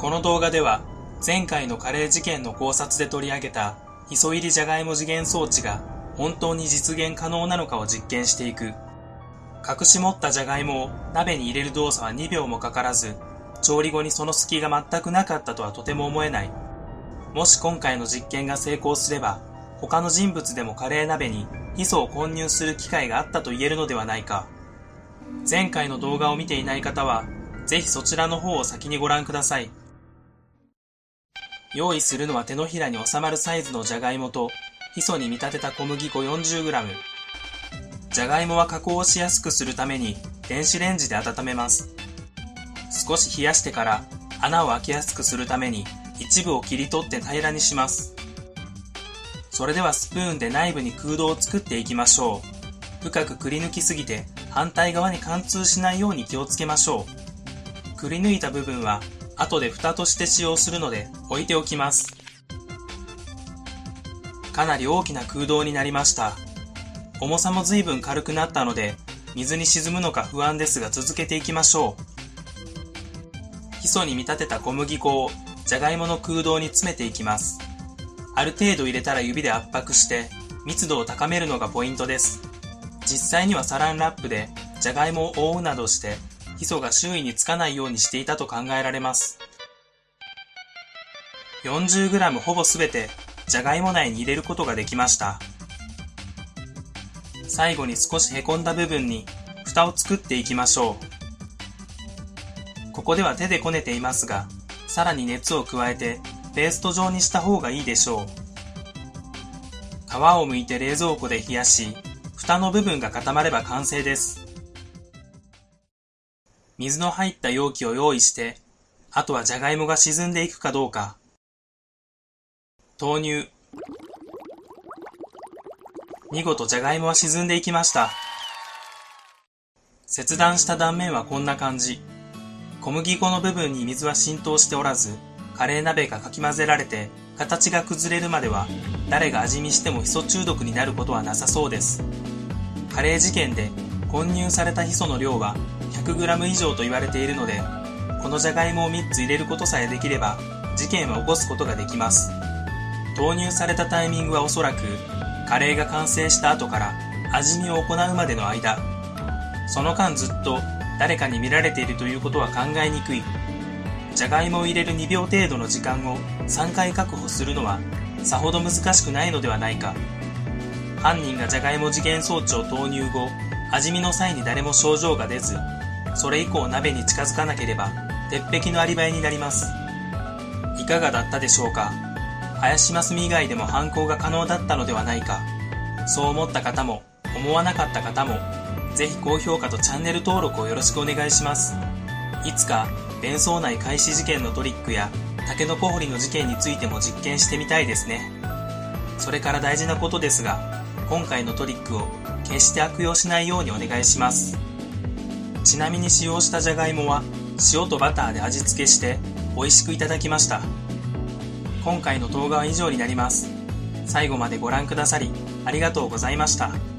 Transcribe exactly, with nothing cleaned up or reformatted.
この動画では前回のカレー事件の考察で取り上げたヒ素入りじゃがいも時限装置が本当に実現可能なのかを実験していく。隠し持ったじゃがいもを鍋に入れる動作はにびょうもかからず、調理後にその隙が全くなかったとはとても思えない。もし今回の実験が成功すれば、他の人物でもカレー鍋にヒ素を混入する機会があったと言えるのではないか。前回の動画を見ていない方は、ぜひそちらの方を先にご覧ください。用意するのは手のひらに収まるサイズのじゃがいもと、ヒ素に見立てた小麦粉 よんじゅうグラム。じゃがいもは加工をしやすくするために電子レンジで温めます。少し冷やしてから穴を開けやすくするために一部を切り取って平らにします。それではスプーンで内部に空洞を作っていきましょう。深くくり抜きすぎて反対側に貫通しないように気をつけましょう。くり抜いた部分は後で蓋として使用するので置いておきます。かなり大きな空洞になりました。重さも随分軽くなったので水に沈むのか不安ですが続けていきましょう。ヒ素に見立てた小麦粉をじゃがいもの空洞に詰めていきます。ある程度入れたら指で圧迫して密度を高めるのがポイントです。実際にはサランラップでじゃがいもを覆うなどしてヒ素が周囲につかないようにしていたと考えられます。よんじゅうグラム ほぼすべてじゃがいも内に入れることができました。最後に少しへこんだ部分に蓋を作っていきましょう。ここでは手でこねていますが、さらに熱を加えてペースト状にした方がいいでしょう。皮を剥いて冷蔵庫で冷やし、蓋の部分が固まれば完成です。水の入った容器を用意して、あとはじゃがいもが沈んでいくかどうか。投入。見事じゃがいもは沈んでいきました。切断した断面はこんな感じ。小麦粉の部分に水は浸透しておらず、カレー鍋がかき混ぜられて形が崩れるまでは誰が味見してもヒ素中毒になることはなさそうです。カレー事件で混入されたヒ素の量は ひゃくグラム 以上と言われているので、このじゃがいもをみっつ入れることさえできれば事件は起こすことができます。投入されたタイミングはおそらくカレーが完成した後から味見を行うまでの間、その間ずっと誰かに見られているということは考えにくい。じゃがいもを入れるにびょう程度の時間をさんかい確保するのはさほど難しくないのではないか。犯人がじゃがいも時限装置を投入後、味見の際に誰も症状が出ず、それ以降鍋に近づかなければ鉄壁のアリバイになります。いかがだったでしょうか。林真澄以外でも犯行が可能だったのではないか。そう思った方も思わなかった方も、ぜひ高評価とチャンネル登録をよろしくお願いします。いつか弁奏内開始事件のトリックやタケノコ掘りの事件についても実験してみたいですね。それから大事なことですが、今回のトリックを決して悪用しないようにお願いします。ちなみに使用したじゃがいもは塩とバターで味付けして美味しくいただきました。今回の動画は以上になります。最後までご覧くださりありがとうございました。